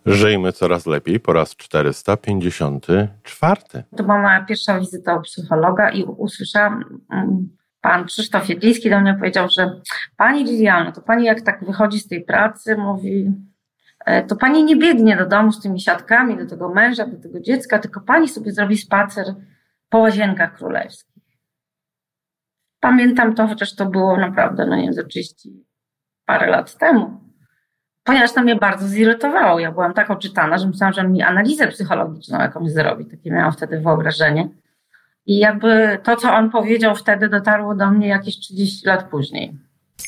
Żyjmy coraz lepiej po raz 454. To była moja pierwsza wizyta u psychologa i usłyszałam, pan Krzysztof Jedliński do mnie powiedział, że pani Liliano, to pani jak tak wychodzi z tej pracy, mówi, to pani nie biegnie do domu z tymi siatkami, do tego męża, do tego dziecka, tylko pani sobie zrobi spacer po Łazienkach Królewskich. Pamiętam to, chociaż to było naprawdę, no nie wiem, za 30 parę lat temu. Ponieważ to mnie bardzo zirytowało. Ja byłam tak oczytana, że myślałam, że on mi analizę psychologiczną jakąś zrobi. Takie miałam wtedy wyobrażenie. I jakby to, co on powiedział wtedy, dotarło do mnie jakieś 30 lat później.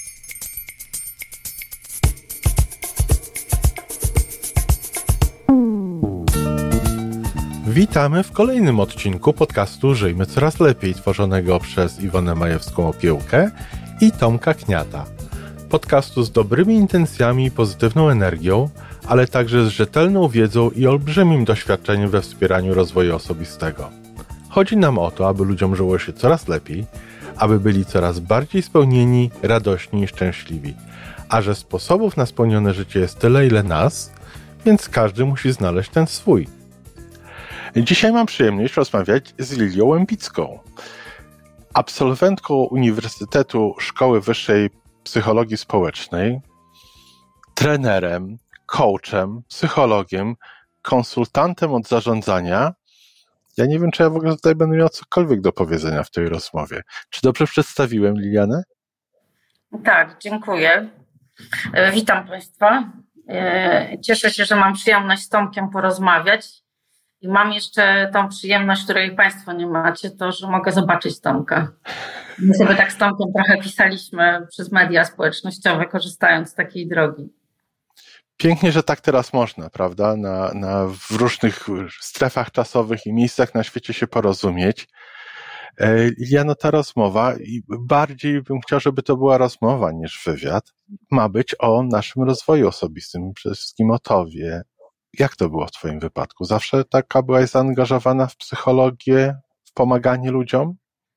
Witamy w kolejnym odcinku podcastu Żyjmy Coraz Lepiej, tworzonego przez Iwonę Majewską-Opiełkę i Tomka Kniata. Podcastu z dobrymi intencjami i pozytywną energią, ale także z rzetelną wiedzą i olbrzymim doświadczeniem we wspieraniu rozwoju osobistego. Chodzi nam o to, aby ludziom żyło się coraz lepiej, aby byli coraz bardziej spełnieni, radośni i szczęśliwi. A że sposobów na spełnione życie jest tyle, ile nas, więc każdy musi znaleźć ten swój. Dzisiaj mam przyjemność rozmawiać z Lilią Łębicką, absolwentką Uniwersytetu Szkoły Wyższej Psychologii Społecznej, trenerem, coachem, psychologiem, konsultantem od zarządzania. Ja nie wiem, czy ja w ogóle tutaj będę miał cokolwiek do powiedzenia w tej rozmowie. Czy dobrze przedstawiłem Lilianę? Tak, dziękuję. Witam Państwa. Cieszę się, że mam przyjemność z Tomkiem porozmawiać. I mam jeszcze tą przyjemność, której Państwo nie macie, to, że mogę zobaczyć Tomka. My sobie tak z Tomkiem trochę pisaliśmy przez media społecznościowe, korzystając z takiej drogi. Pięknie, że tak teraz można, prawda? W różnych strefach czasowych i miejscach na świecie się porozumieć. Liliano, ta rozmowa, i bardziej bym chciał, żeby to była rozmowa niż wywiad, ma być o naszym rozwoju osobistym, przede wszystkim o Tobie. Jak to było w Twoim wypadku? Zawsze taka byłaś zaangażowana w psychologię, w pomaganie ludziom?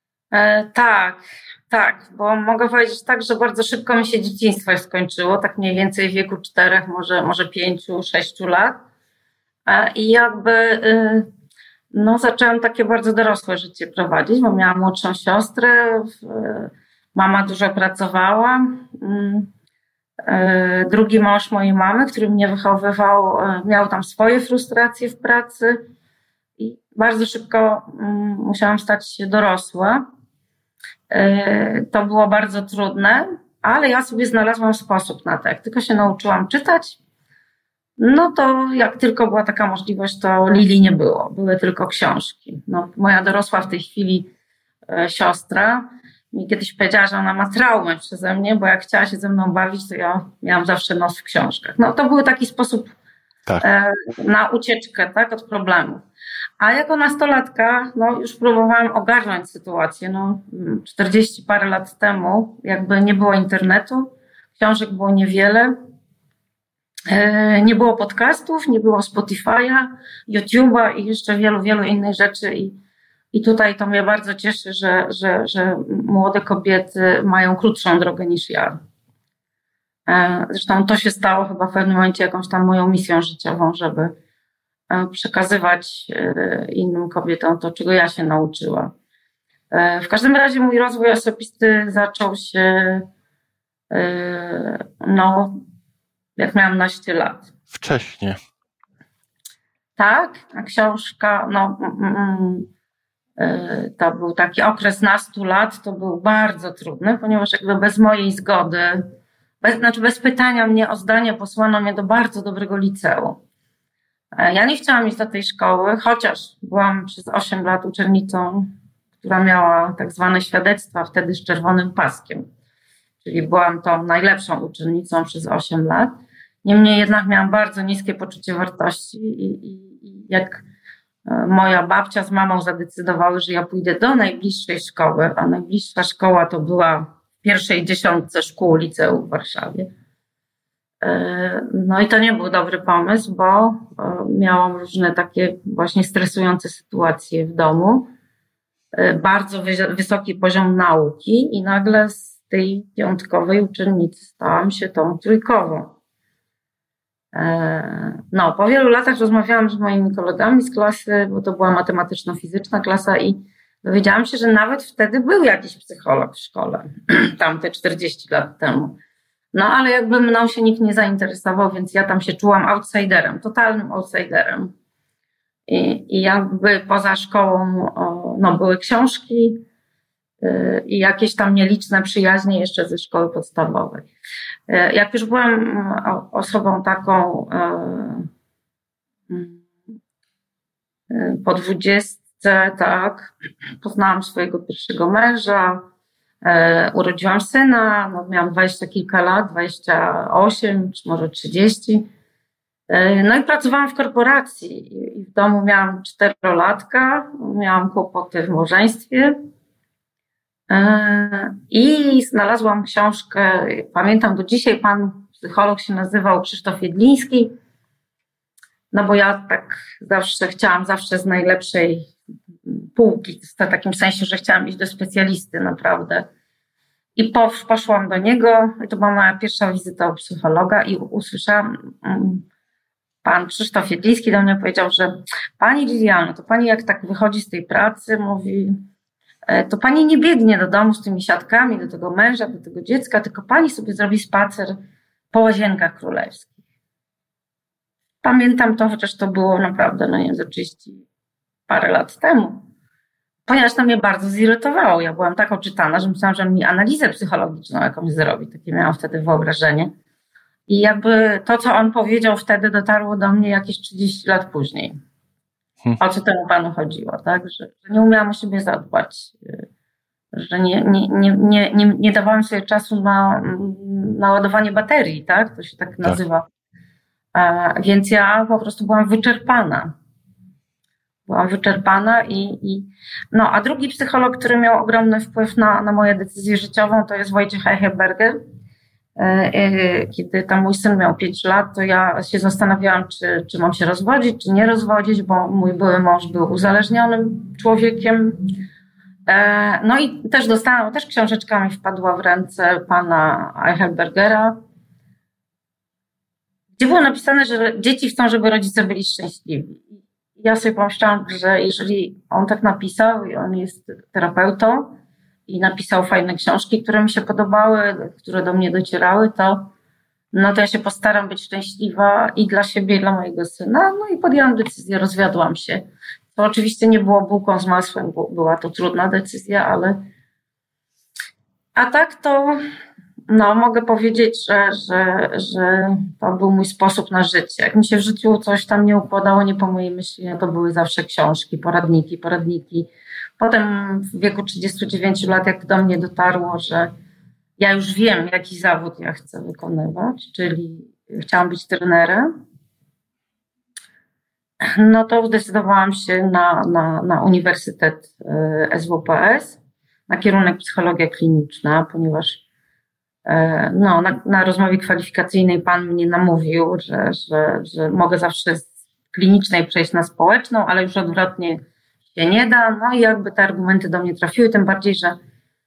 Tak, bo mogę powiedzieć tak, że bardzo szybko mi się dzieciństwo skończyło, tak mniej więcej w wieku 4, może 5, 6 lat. I jakby zaczęłam takie bardzo dorosłe życie prowadzić, bo miałam młodszą siostrę, mama dużo pracowała. Drugi mąż mojej mamy, który mnie wychowywał, miał tam swoje frustracje w pracy i bardzo szybko musiałam stać się dorosła. To było bardzo trudne, ale ja sobie znalazłam sposób na to. Jak tylko się nauczyłam czytać, no to jak tylko była taka możliwość, to Lili nie było. Były tylko książki. Moja dorosła w tej chwili siostra mi kiedyś powiedziała, że ona ma traumę przeze mnie, bo jak chciała się ze mną bawić, to ja miałam zawsze nos w książkach. To był taki sposób na ucieczkę, tak, od problemów. A jako nastolatka, już próbowałam ogarnąć sytuację. 40 parę lat temu jakby nie było internetu, książek było niewiele, nie było podcastów, nie było Spotify'a, YouTube'a i jeszcze wielu innych rzeczy. I tutaj to mnie bardzo cieszy, że młode kobiety mają krótszą drogę niż ja. Zresztą to się stało chyba w pewnym momencie jakąś tam moją misją życiową, żeby przekazywać innym kobietom to, czego ja się nauczyłam. W każdym razie mój rozwój osobisty zaczął się jak miałam 12 lat. Wcześnie. Tak, a książka, to był taki okres nastu lat, to był bardzo trudny, ponieważ jakby bez mojej zgody, bez pytania mnie o zdanie posłano mnie do bardzo dobrego liceum. Ja nie chciałam iść do tej szkoły, chociaż byłam przez 8 lat uczennicą, która miała tak zwane świadectwa wtedy z czerwonym paskiem. Czyli byłam tą najlepszą uczennicą przez 8 lat. Niemniej jednak miałam bardzo niskie poczucie wartości i jak moja babcia z mamą zadecydowały, że ja pójdę do najbliższej szkoły, a najbliższa szkoła to była w pierwszej 10 szkół liceum w Warszawie. I to nie był dobry pomysł, bo miałam różne takie właśnie stresujące sytuacje w domu, bardzo wysoki poziom nauki i nagle z tej piątkowej uczennicy stałam się tą trójkową. No, po wielu latach rozmawiałam z moimi kolegami z klasy, bo to była matematyczno-fizyczna klasa i dowiedziałam się, że nawet wtedy był jakiś psycholog w szkole, tamte 40 lat temu. No, ale jakby mną się nikt nie zainteresował, więc ja tam się czułam outsiderem, totalnym outsiderem. I jakby poza szkołą no, były książki i jakieś tam nieliczne przyjaźnie jeszcze ze szkoły podstawowej. Jak już byłam osobą taką po 20, tak, poznałam swojego pierwszego męża, urodziłam syna, no, miałam 20 kilka lat, 28 czy może 30. No i pracowałam w korporacji i w domu miałam 4-latka, miałam kłopoty w małżeństwie i znalazłam książkę, pamiętam do dzisiaj, pan psycholog się nazywał Krzysztof Jedliński, no bo ja tak chciałam z najlepszej półki, w takim sensie, że chciałam iść do specjalisty naprawdę. I poszłam do niego, i to była moja pierwsza wizyta u psychologa i usłyszałam, pan Krzysztof Jedliński do mnie powiedział, że pani Liliano, to pani jak tak wychodzi z tej pracy, mówi, to pani nie biegnie do domu z tymi siatkami, do tego męża, do tego dziecka, tylko pani sobie zrobi spacer po Łazienkach Królewskich. Pamiętam to, chociaż to było naprawdę, no nie wiem, za 30 parę lat temu. Ponieważ to mnie bardzo zirytowało. Ja byłam tak oczytana, że myślałam, że mi analizę psychologiczną jakąś zrobi. Takie miałam wtedy wyobrażenie. I jakby to, co on powiedział wtedy, dotarło do mnie jakieś 30 lat później. O co temu panu chodziło, tak? Że nie umiałam o siebie zadbać. Że nie dawałam sobie czasu na ładowanie baterii, tak? To się tak nazywa. Więc ja po prostu byłam wyczerpana. No, a drugi psycholog, który miał ogromny wpływ na moją decyzję życiową, to jest Wojciech Eichelberger. Kiedy tam mój syn miał 5 lat, to ja się zastanawiałam, czy mam się rozwodzić, czy nie rozwodzić, bo mój były mąż był uzależnionym człowiekiem. No i też książeczka mi wpadła w ręce pana Eichelbergera, gdzie było napisane, że dzieci chcą, żeby rodzice byli szczęśliwi. Ja sobie pomyślałam, że jeżeli on tak napisał i on jest terapeutą i napisał fajne książki, które mi się podobały, które do mnie docierały, to ja się postaram być szczęśliwa i dla siebie, i dla mojego syna. No i podjęłam decyzję, rozwiodłam się. To oczywiście nie było bułką z masłem, bo była to trudna decyzja, ale... A tak to... No, mogę powiedzieć, że to był mój sposób na życie. Jak mi się w życiu coś tam nie układało, nie po mojej myśli, to były zawsze książki, poradniki. Potem w wieku 39 lat, jak do mnie dotarło, że ja już wiem, jaki zawód ja chcę wykonywać, czyli chciałam być trenerem, no to zdecydowałam się na Uniwersytet SWPS, na kierunek psychologia kliniczna, ponieważ na rozmowie kwalifikacyjnej pan mnie namówił, że mogę zawsze z klinicznej przejść na społeczną, ale już odwrotnie się nie da. No i jakby te argumenty do mnie trafiły, tym bardziej, że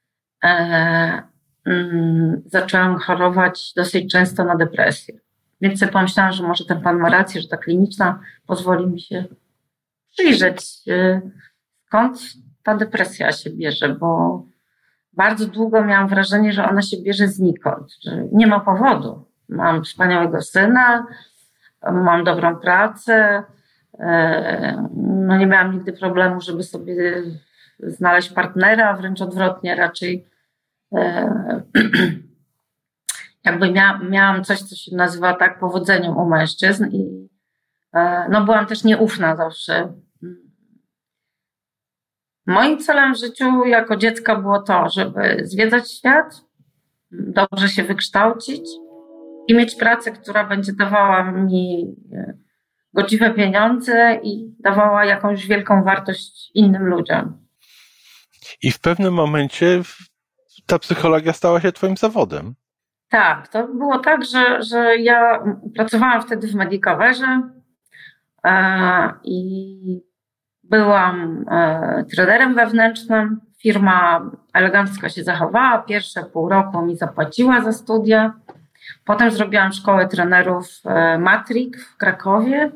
zaczęłam chorować dosyć często na depresję. Więc sobie pomyślałam, że może ten pan ma rację, że ta kliniczna pozwoli mi się przyjrzeć, skąd ta depresja się bierze, bo bardzo długo miałam wrażenie, że ona się bierze znikąd, że nie ma powodu. Mam wspaniałego syna, mam dobrą pracę, no nie miałam nigdy problemu, żeby sobie znaleźć partnera, wręcz odwrotnie, raczej jakby miałam coś, co się nazywa tak powodzeniem u mężczyzn i byłam też nieufna zawsze. Moim celem w życiu jako dziecka było to, żeby zwiedzać świat, dobrze się wykształcić i mieć pracę, która będzie dawała mi godziwe pieniądze i dawała jakąś wielką wartość innym ludziom. I w pewnym momencie ta psychologia stała się twoim zawodem. Tak, to było tak, że ja pracowałam wtedy w Medicoverze i byłam trenerem wewnętrznym. Firma elegancko się zachowała. Pierwsze pół roku mi zapłaciła za studia. Potem zrobiłam szkołę trenerów Matrik w Krakowie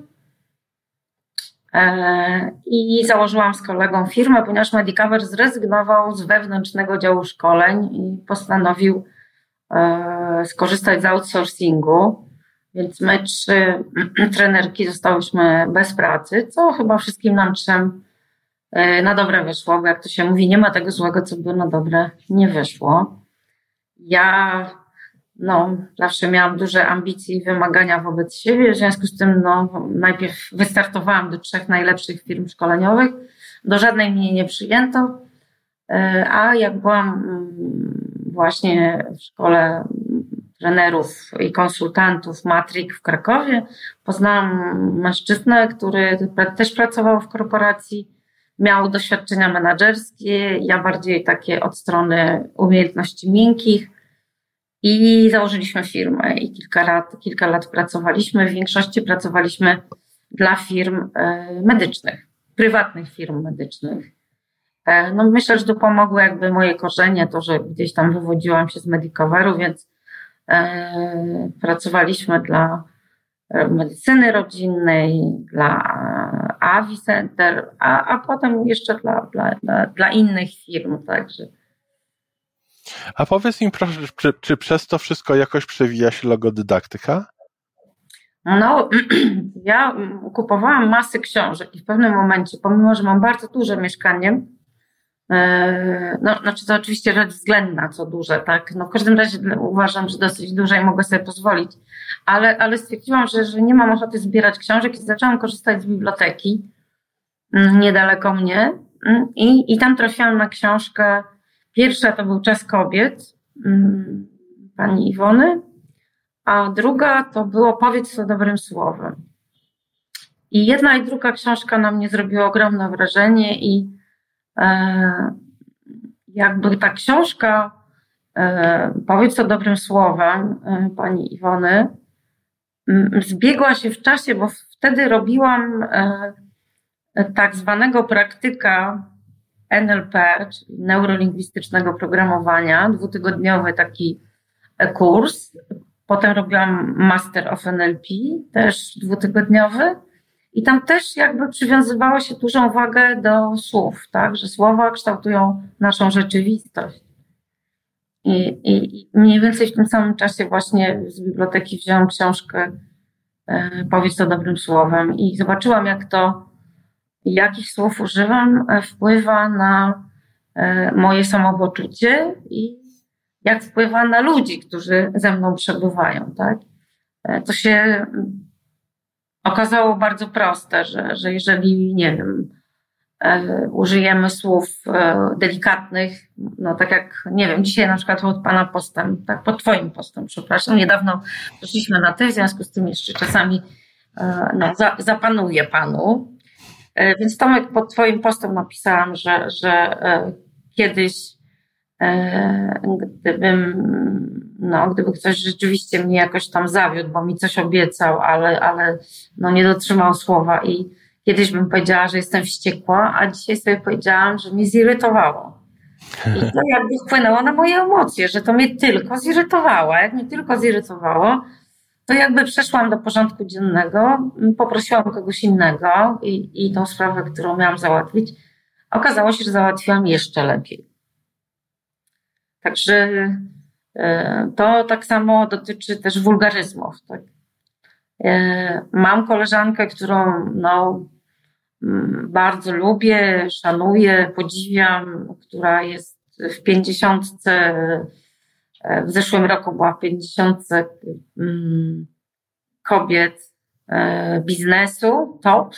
i założyłam z kolegą firmę, ponieważ Medicover zrezygnował z wewnętrznego działu szkoleń i postanowił skorzystać z outsourcingu, więc my 3 trenerki zostałyśmy bez pracy, co chyba wszystkim nam 3 na dobre wyszło, bo jak to się mówi, nie ma tego złego, co by na dobre nie wyszło. Ja zawsze miałam duże ambicje i wymagania wobec siebie, w związku z tym najpierw wystartowałam do 3 najlepszych firm szkoleniowych, do żadnej mnie nie przyjęto, a jak byłam właśnie w szkole trenerów i konsultantów Matrik w Krakowie, poznałam mężczyznę, który też pracował w korporacji, miał doświadczenia menedżerskie, ja bardziej takie od strony umiejętności miękkich i założyliśmy firmę i kilka lat pracowaliśmy. W większości pracowaliśmy dla firm medycznych, prywatnych firm medycznych. Myślę, że tu pomogły jakby moje korzenie, to, że gdzieś tam wywodziłam się z Medicoveru, więc pracowaliśmy dla medycyny rodzinnej, dla Avi Center, a potem jeszcze dla innych firm, także. A powiedz mi proszę, czy przez to wszystko jakoś przewija się logodydaktyka? Ja kupowałam masę książek i w pewnym momencie, pomimo że mam bardzo duże mieszkanie, to oczywiście rzecz względna, co duże, tak? W każdym razie uważam, że dosyć duże i mogę sobie pozwolić, ale stwierdziłam, że nie mam ochoty zbierać książek i zaczęłam korzystać z biblioteki niedaleko mnie i tam trafiłam na książkę. Pierwsza to był Czas kobiet, pani Iwony, a druga to było Powiedz to dobrym słowem. I jedna i druga książka na mnie zrobiła ogromne wrażenie i jakby ta książka Powiedz to dobrym słowem pani Iwony zbiegła się w czasie, bo wtedy robiłam tak zwanego praktyka NLP, czyli neurolingwistycznego programowania, 2-tygodniowy taki kurs. Potem robiłam Master of NLP, też 2-tygodniowy. I tam też jakby przywiązywało się dużą wagę do słów, tak? Że słowa kształtują naszą rzeczywistość. I mniej więcej w tym samym czasie właśnie z biblioteki wzięłam książkę Powiedz to dobrym słowem i zobaczyłam, jakich słów używam, wpływa na moje samopoczucie i jak wpływa na ludzi, którzy ze mną przebywają, tak? To się okazało bardzo proste, że jeżeli, nie wiem, użyjemy słów delikatnych, tak jak, nie wiem, dzisiaj na przykład pod pana postem, tak, pod twoim postem, przepraszam, niedawno doszliśmy na ty, w związku z tym jeszcze czasami zapanuję panu. Więc Tomek, pod twoim postem napisałam, że kiedyś gdyby ktoś rzeczywiście mnie jakoś tam zawiódł, bo mi coś obiecał, ale nie dotrzymał słowa i kiedyś bym powiedziała, że jestem wściekła, a dzisiaj sobie powiedziałam, że mnie zirytowało. I to jakby wpłynęło na moje emocje, że to mnie tylko zirytowało. Jak mnie tylko zirytowało, to jakby przeszłam do porządku dziennego, poprosiłam kogoś innego i tą sprawę, którą miałam załatwić, okazało się, że załatwiłam jeszcze lepiej. Także to tak samo dotyczy też wulgaryzmów. Tak? Mam koleżankę, którą bardzo lubię, szanuję, podziwiam, która jest w 50. W zeszłym roku była w 50 kobiet biznesu, top.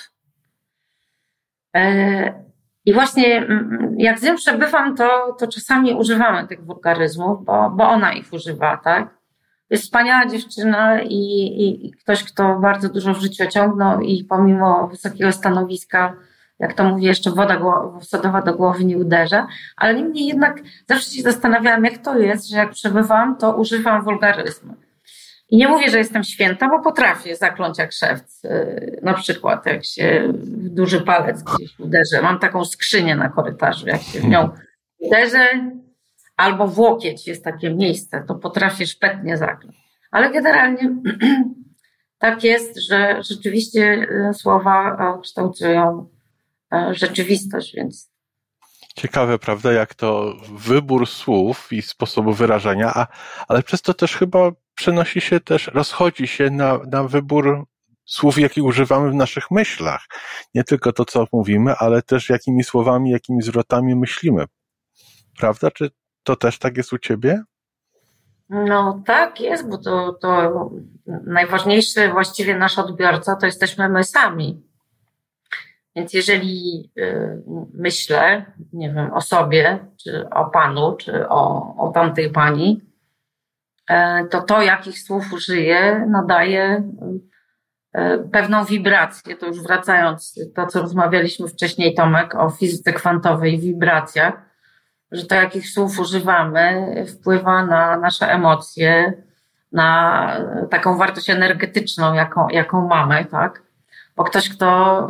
I właśnie jak z nią przebywam, to czasami używamy tych wulgaryzmów, bo ona ich używa, tak? Jest wspaniała dziewczyna i ktoś, kto bardzo dużo w życiu osiągnął i pomimo wysokiego stanowiska, jak to mówię, jeszcze woda sodowa do głowy nie uderza, ale niemniej jednak zawsze się zastanawiałam, jak to jest, że jak przebywam, to używam wulgaryzmu. I nie mówię, że jestem święta, bo potrafię zakląć jak szewc. Na przykład, jak się w duży palec gdzieś uderzę. Mam taką skrzynię na korytarzu, jak się w nią uderzę, albo w łokieć jest takie miejsce, to potrafię szpetnie zakląć. Ale generalnie tak jest, że rzeczywiście słowa kształtują rzeczywistość, więc. Ciekawe, prawda, jak to wybór słów i sposobu wyrażania, ale przez to też chyba przenosi się też, rozchodzi się na wybór słów, jakich używamy w naszych myślach. Nie tylko to, co mówimy, ale też jakimi słowami, jakimi zwrotami myślimy. Prawda? Czy to też tak jest u ciebie? No tak jest, bo to najważniejszy właściwie nasz odbiorca to jesteśmy my sami. Więc jeżeli myślę, nie wiem, o sobie, czy o panu, czy o tamtej pani, to jakich słów użyję, nadaje pewną wibrację. To już wracając to, co rozmawialiśmy wcześniej, Tomek, o fizyce kwantowej, wibracjach, że to, jakich słów używamy, wpływa na nasze emocje, na taką wartość energetyczną, jaką mamy, tak? Bo ktoś, kto,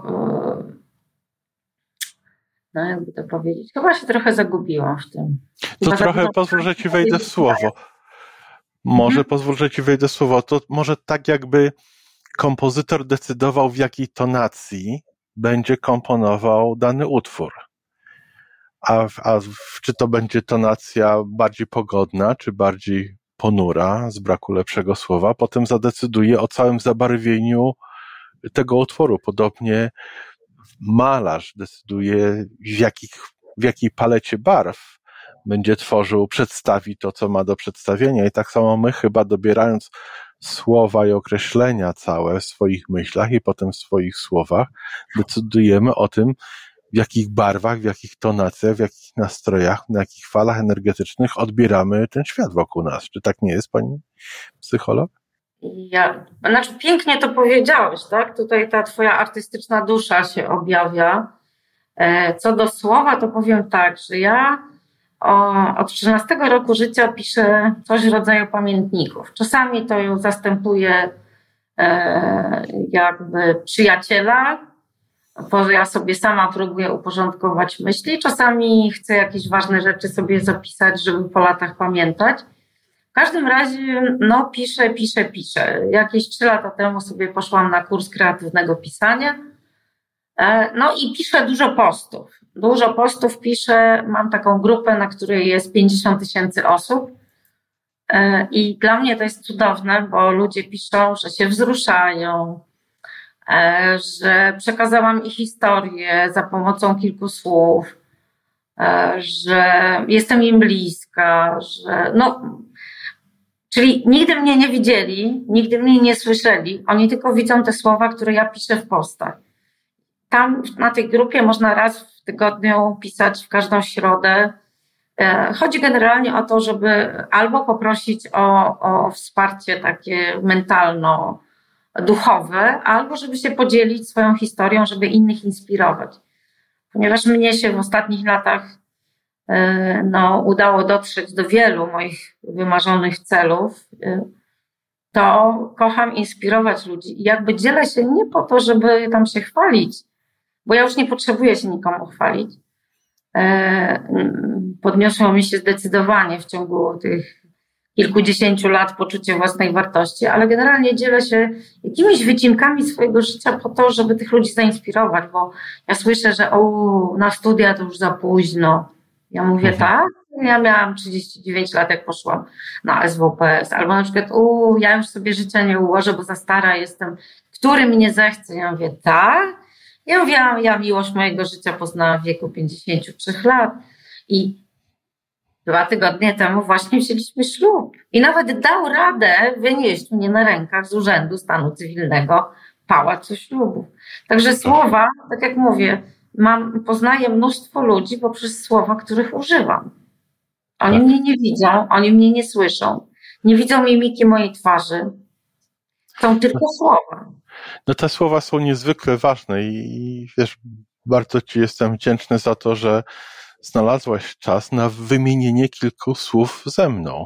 no jakby to powiedzieć, chyba się trochę zagubiłam w tym. To trochę pozwól, że ci wejdę w słowo. Może pozwól, że ci wejdę w słowo. To może tak jakby kompozytor decydował, w jakiej tonacji będzie komponował dany utwór. A czy to będzie tonacja bardziej pogodna, czy bardziej ponura, z braku lepszego słowa, potem zadecyduje o całym zabarwieniu tego utworu. Podobnie malarz decyduje, w jakiej palecie barw będzie tworzył, przedstawi to, co ma do przedstawienia. I tak samo my chyba, dobierając słowa i określenia całe w swoich myślach i potem w swoich słowach, decydujemy o tym, w jakich barwach, w jakich tonacjach, w jakich nastrojach, na jakich falach energetycznych odbieramy ten świat wokół nas. Czy tak nie jest, pani psycholog? Znaczy pięknie to powiedziałeś, tak? Tutaj ta twoja artystyczna dusza się objawia. Co do słowa, to powiem tak, że ja od 13 roku życia piszę coś w rodzaju pamiętników. Czasami to ją zastępuje jakby przyjaciela, bo ja sobie sama próbuję uporządkować myśli. Czasami chcę jakieś ważne rzeczy sobie zapisać, żeby po latach pamiętać. W każdym razie, no piszę. Jakieś 3 lata temu sobie poszłam na kurs kreatywnego pisania. No i piszę dużo postów. Dużo postów piszę. Mam taką grupę, na której jest 50 000 osób. I dla mnie to jest cudowne, bo ludzie piszą, że się wzruszają, że przekazałam ich historię za pomocą kilku słów, że jestem im bliska, że czyli nigdy mnie nie widzieli, nigdy mnie nie słyszeli, oni tylko widzą te słowa, które ja piszę w postach. Tam na tej grupie można raz w tygodniu pisać w każdą środę. Chodzi generalnie o to, żeby albo poprosić o wsparcie takie mentalno-duchowe, albo żeby się podzielić swoją historią, żeby innych inspirować. Ponieważ mnie się w ostatnich latach udało dotrzeć do wielu moich wymarzonych celów, to kocham inspirować ludzi. I jakby dzielę się nie po to, żeby tam się chwalić, bo ja już nie potrzebuję się nikomu chwalić. Podniosło mi się zdecydowanie w ciągu tych kilkudziesięciu lat poczucie własnej wartości, ale generalnie dzielę się jakimiś wycinkami swojego życia po to, żeby tych ludzi zainspirować, bo ja słyszę, że na studia to już za późno. Ja mówię tak, ja miałam 39 lat, jak poszłam na SWPS, albo na przykład ja już sobie życia nie ułożę, bo za stara jestem, który mnie zechce. Ja mówię tak. Ja mówię, ja miłość mojego życia poznałam w wieku 53 lat i 2 tygodnie temu właśnie wzięliśmy ślub. I nawet dał radę wynieść mnie na rękach z Urzędu Stanu Cywilnego pałacu ślubów. Także słowa, tak jak mówię, poznaję mnóstwo ludzi poprzez słowa, których używam. Oni mnie nie widzą, oni mnie nie słyszą, nie widzą mimiki mojej twarzy. Są tylko słowa. No te słowa są niezwykle ważne i wiesz, bardzo ci jestem wdzięczny za to, że znalazłaś czas na wymienienie kilku słów ze mną.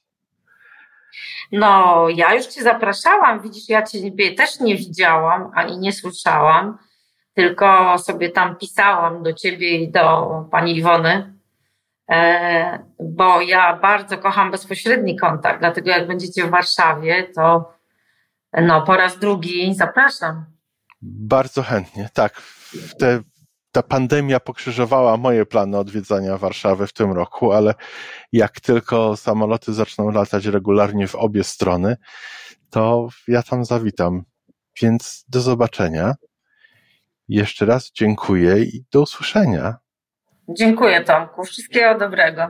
No, ja już cię zapraszałam, widzisz, ja ciebie też nie widziałam, ani nie słyszałam, tylko sobie tam pisałam do ciebie i do pani Iwony, bo ja bardzo kocham bezpośredni kontakt, dlatego jak będziecie w Warszawie, to po raz drugi zapraszam. Bardzo chętnie, tak. Ta pandemia pokrzyżowała moje plany odwiedzania Warszawy w tym roku, ale jak tylko samoloty zaczną latać regularnie w obie strony, to ja tam zawitam. Więc do zobaczenia. Jeszcze raz dziękuję i do usłyszenia. Dziękuję, Tomku. Wszystkiego dobrego.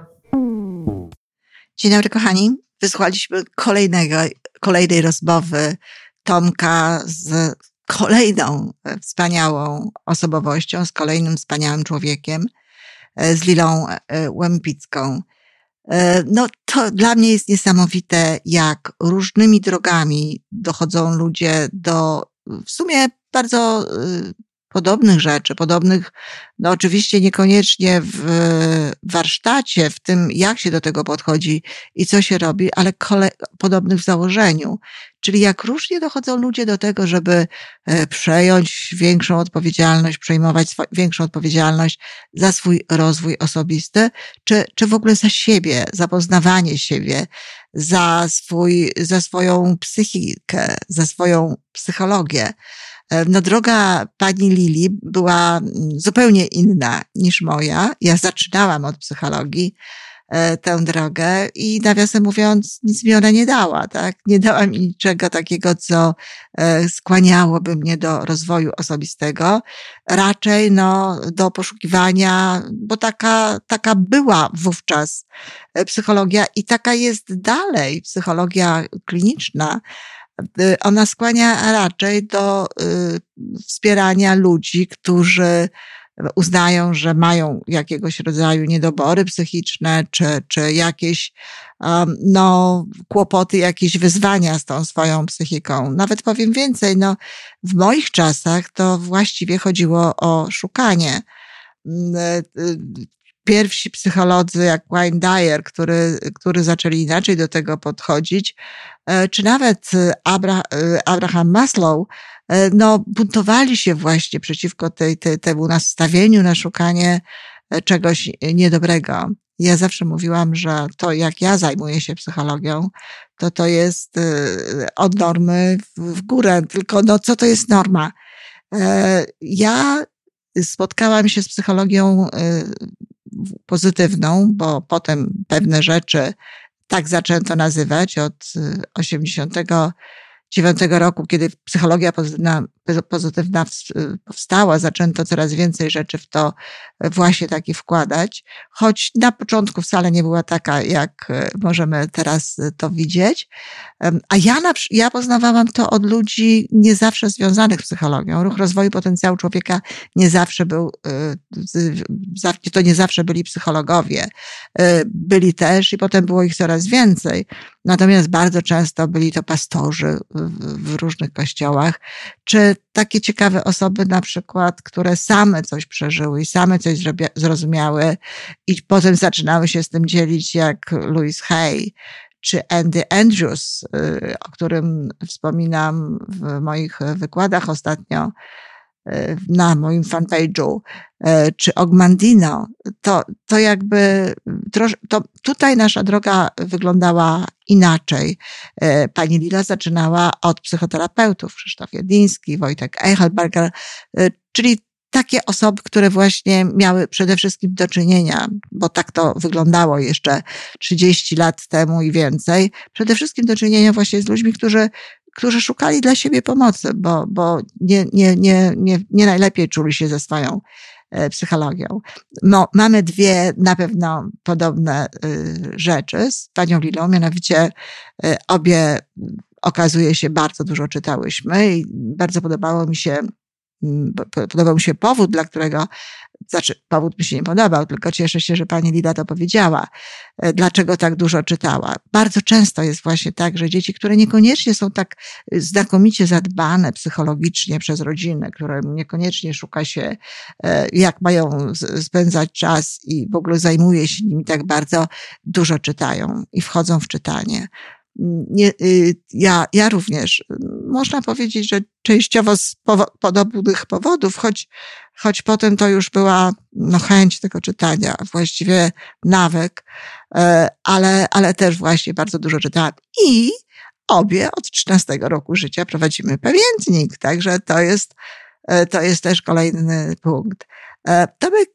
Dzień dobry, kochani. Wysłuchaliśmy kolejnej rozmowy Tomka z kolejną wspaniałą osobowością, z kolejnym wspaniałym człowiekiem, z Lilą Łempicką. To dla mnie jest niesamowite, jak różnymi drogami dochodzą ludzie do w sumie bardzo podobnych rzeczy, oczywiście niekoniecznie w warsztacie, w tym jak się do tego podchodzi i co się robi, ale podobnych w założeniu. Czyli jak różnie dochodzą ludzie do tego, żeby przejąć większą odpowiedzialność, przejmować większą odpowiedzialność za swój rozwój osobisty, czy w ogóle za siebie, za poznawanie siebie, za swoją psychikę, za swoją psychologię. Droga pani Lili była zupełnie inna niż moja. Ja zaczynałam od psychologii tę drogę i nawiasem mówiąc, nic mi ona nie dała, tak? Nie dała mi niczego takiego, co skłaniałoby mnie do rozwoju osobistego. Raczej, do poszukiwania, bo taka była wówczas psychologia i taka jest dalej psychologia kliniczna. Ona skłania raczej do wspierania ludzi, którzy uznają, że mają jakiegoś rodzaju niedobory psychiczne, czy jakieś kłopoty, jakieś wyzwania z tą swoją psychiką. Nawet powiem więcej, w moich czasach to właściwie chodziło o szukanie. Pierwsi psycholodzy jak Wayne Dyer, który zaczęli inaczej do tego podchodzić, czy nawet Abraham Maslow, buntowali się właśnie przeciwko temu nastawieniu na szukanie czegoś niedobrego. Ja zawsze mówiłam, że to jak ja zajmuję się psychologią, to jest od normy w górę, tylko co to jest norma? Ja spotkałam się z psychologią pozytywną, bo potem pewne rzeczy tak zaczęto nazywać od 89 roku, kiedy psychologia pozytywna powstała, zaczęto coraz więcej rzeczy w to właśnie taki wkładać, choć na początku wcale nie była taka, jak możemy teraz to widzieć. A ja poznawałam to od ludzi nie zawsze związanych z psychologią. Ruch rozwoju potencjału człowieka nie zawsze nie zawsze byli psychologowie. Byli też i potem było ich coraz więcej. Natomiast bardzo często byli to pastorzy w różnych kościołach, czy takie ciekawe osoby na przykład, które same coś przeżyły i same coś zrozumiały i potem zaczynały się z tym dzielić, jak Louise Hay czy Andy Andrews, o którym wspominam w moich wykładach ostatnio na moim fanpage'u, czy Ogmandino, to jakby to tutaj nasza droga wyglądała inaczej. Pani Lila zaczynała od psychoterapeutów, Krzysztof Jedliński, Wojtek Eichelberger, czyli takie osoby, które właśnie miały przede wszystkim do czynienia, bo tak to wyglądało jeszcze 30 lat temu i więcej, przede wszystkim do czynienia właśnie z ludźmi, którzy szukali dla siebie pomocy, bo nie najlepiej czuli się ze swoją psychologią. Mamy dwie na pewno podobne rzeczy z panią Lilą, mianowicie obie okazuje się bardzo dużo czytałyśmy i bardzo podobał mi się powód, dla którego, powód mi się nie podobał, tylko cieszę się, że pani Lila to powiedziała, dlaczego tak dużo czytała. Bardzo często jest właśnie tak, że dzieci, które niekoniecznie są tak znakomicie zadbane psychologicznie przez rodziny, które niekoniecznie szuka się, jak mają spędzać czas i w ogóle zajmuje się nimi tak bardzo, dużo czytają i wchodzą w czytanie. ja również, można powiedzieć, że częściowo z podobnych powodów, choć potem to już była chęć tego czytania, właściwie nawyk, ale też właśnie bardzo dużo czytałam. I obie od 13 roku życia prowadzimy pamiętnik, także to jest też kolejny punkt. Tomek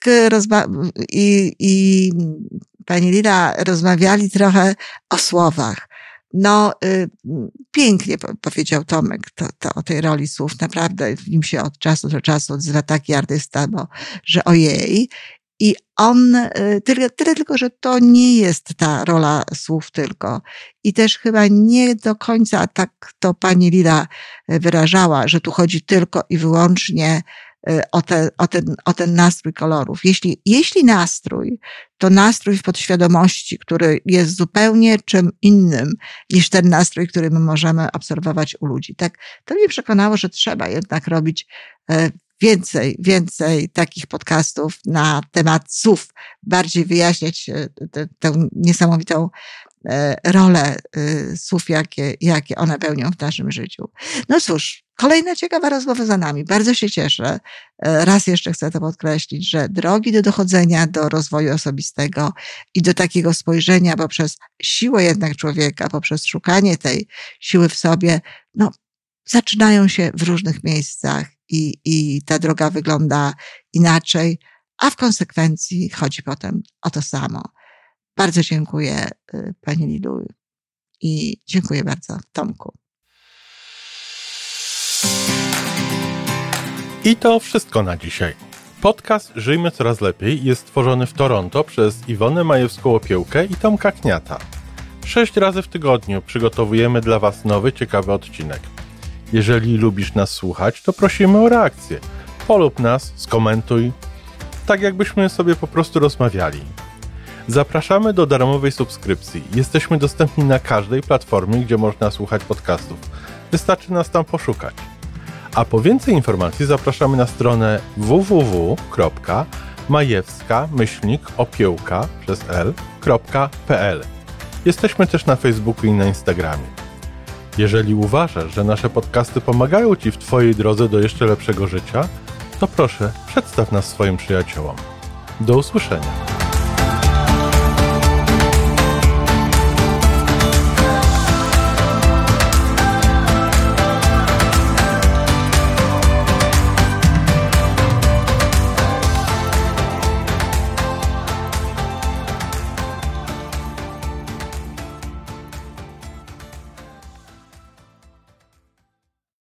i pani Lila rozmawiali trochę o słowach. Pięknie powiedział Tomek o tej roli słów. Naprawdę w nim się od czasu do czasu odzywa taki artysta, że ojej. I on, tyle tylko, że to nie jest ta rola słów tylko. I też chyba nie do końca tak to pani Lila wyrażała, że tu chodzi tylko i wyłącznie o ten nastrój kolorów. Jeśli nastrój, to nastrój w podświadomości, który jest zupełnie czym innym niż ten nastrój, który my możemy obserwować u ludzi. Tak, to mnie przekonało, że trzeba jednak robić więcej takich podcastów na temat słów, bardziej wyjaśniać tę niesamowitą rolę słów, jakie one pełnią w naszym życiu. No cóż, kolejna ciekawa rozmowa za nami. Bardzo się cieszę. Raz jeszcze chcę to podkreślić, że drogi do dochodzenia do rozwoju osobistego i do takiego spojrzenia poprzez siłę jednak człowieka, poprzez szukanie tej siły w sobie, zaczynają się w różnych miejscach i ta droga wygląda inaczej, a w konsekwencji chodzi potem o to samo. Bardzo dziękuję pani Lilu i dziękuję bardzo Tomku. I to wszystko na dzisiaj. Podcast Żyjmy Coraz Lepiej jest stworzony w Toronto przez Iwonę Majewską-Opiełkę i Tomka Kniata. 6 razy w tygodniu przygotowujemy dla Was nowy, ciekawy odcinek. Jeżeli lubisz nas słuchać, to prosimy o reakcję. Polub nas, skomentuj, tak jakbyśmy sobie po prostu rozmawiali. Zapraszamy do darmowej subskrypcji. Jesteśmy dostępni na każdej platformie, gdzie można słuchać podcastów. Wystarczy nas tam poszukać. A po więcej informacji zapraszamy na stronę www.majewska-opiełka.pl. Jesteśmy też na Facebooku i na Instagramie. Jeżeli uważasz, że nasze podcasty pomagają Ci w Twojej drodze do jeszcze lepszego życia, to proszę, przedstaw nas swoim przyjaciołom. Do usłyszenia.